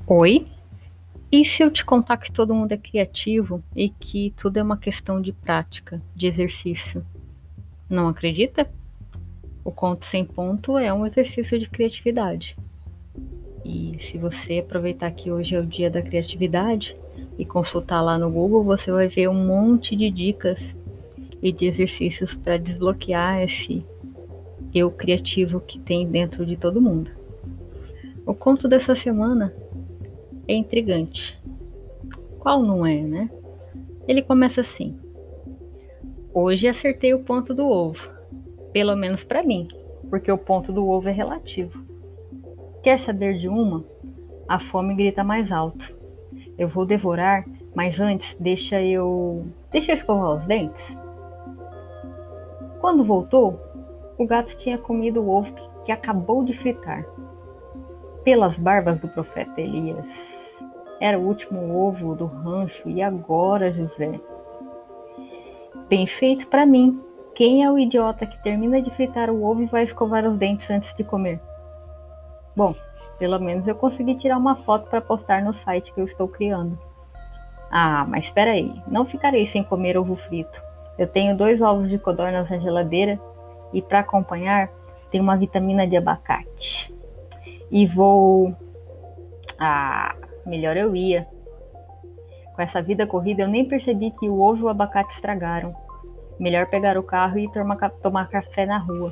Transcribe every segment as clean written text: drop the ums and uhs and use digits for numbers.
Oi? E se eu te contar que todo mundo é criativo e que tudo é uma questão de prática, de exercício? Não acredita? O conto sem ponto é um exercício de criatividade. E se você aproveitar que hoje é o dia da criatividade e consultar lá no Google, você vai ver um monte de dicas e de exercícios para desbloquear esse eu criativo que tem dentro de todo mundo. O conto dessa semana é intrigante. Qual não é, né? Ele começa assim: hoje acertei o ponto do ovo, pelo menos para mim, porque o ponto do ovo é relativo. Quer saber de uma? A fome grita mais alto. Eu vou devorar, mas antes deixa eu escovar os dentes. Quando voltou, o gato tinha comido o ovo que acabou de fritar. Pelas barbas do profeta Elias. Era o último ovo do rancho e agora, José? Bem feito para mim. Quem é o idiota que termina de fritar o ovo e vai escovar os dentes antes de comer? Bom, pelo menos eu consegui tirar uma foto para postar no site que eu estou criando. Ah, mas espera aí, não ficarei sem comer ovo frito. Eu tenho 2 ovos de codornas na geladeira e para acompanhar tem uma vitamina de abacate. E vou... Ah, melhor eu ia. Com essa vida corrida eu nem percebi que o ovo e o abacate estragaram. Melhor pegar o carro e tomar café na rua.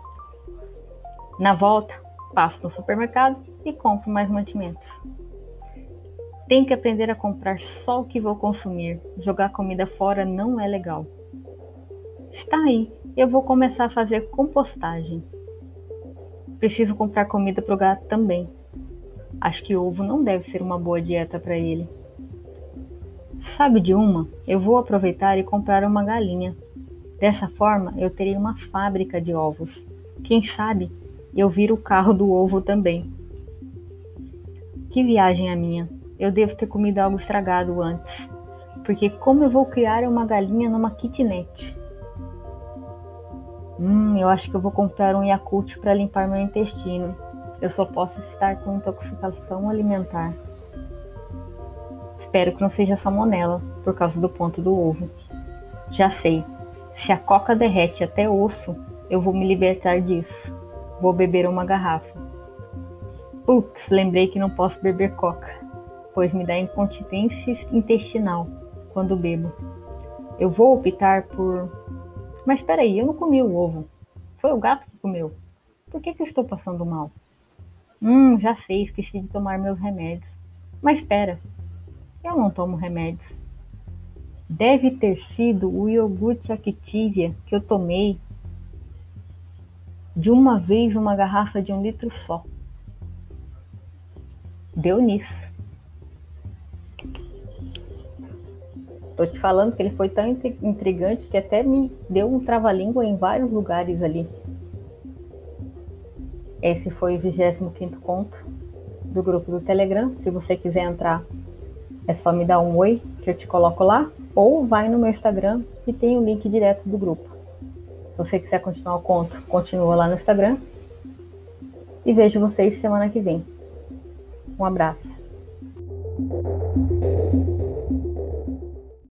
Na volta, passo no supermercado e compro mais mantimentos. Tenho que aprender a comprar só o que vou consumir. Jogar comida fora não é legal. Está aí, eu vou começar a fazer compostagem. Preciso comprar comida para o gato também. Acho que ovo não deve ser uma boa dieta para ele. Sabe de uma? Eu vou aproveitar e comprar uma galinha. Dessa forma, eu terei uma fábrica de ovos. Quem sabe eu viro o carro do ovo também. Que viagem a minha! Eu devo ter comido algo estragado antes. Porque como eu vou criar uma galinha numa kitnet? Eu acho que eu vou comprar um Yakult para limpar meu intestino. Eu só posso estar com intoxicação alimentar. Espero que não seja salmonela, por causa do ponto do ovo. Já sei, se a coca derrete até osso, eu vou me libertar disso. Vou beber uma garrafa. Putz, lembrei que não posso beber coca, pois me dá incontinência intestinal quando bebo. Eu vou optar por... Mas espera aí, eu não comi o ovo. Foi o gato que comeu. Por que eu estou passando mal? Já sei, esqueci de tomar meus remédios. Mas espera, eu não tomo remédios. Deve ter sido o iogurte Activia que eu tomei de uma vez uma garrafa de 1 litro só. Deu nisso. Tô te falando que ele foi tão intrigante que até me deu um trava-língua em vários lugares ali. Esse foi o 25º conto do grupo do Telegram. Se você quiser entrar, é só me dar um oi que eu te coloco lá, ou vai no meu Instagram que tem o link direto do grupo. Se você quiser continuar o conto, continua lá no Instagram. E vejo vocês semana que vem. Um abraço.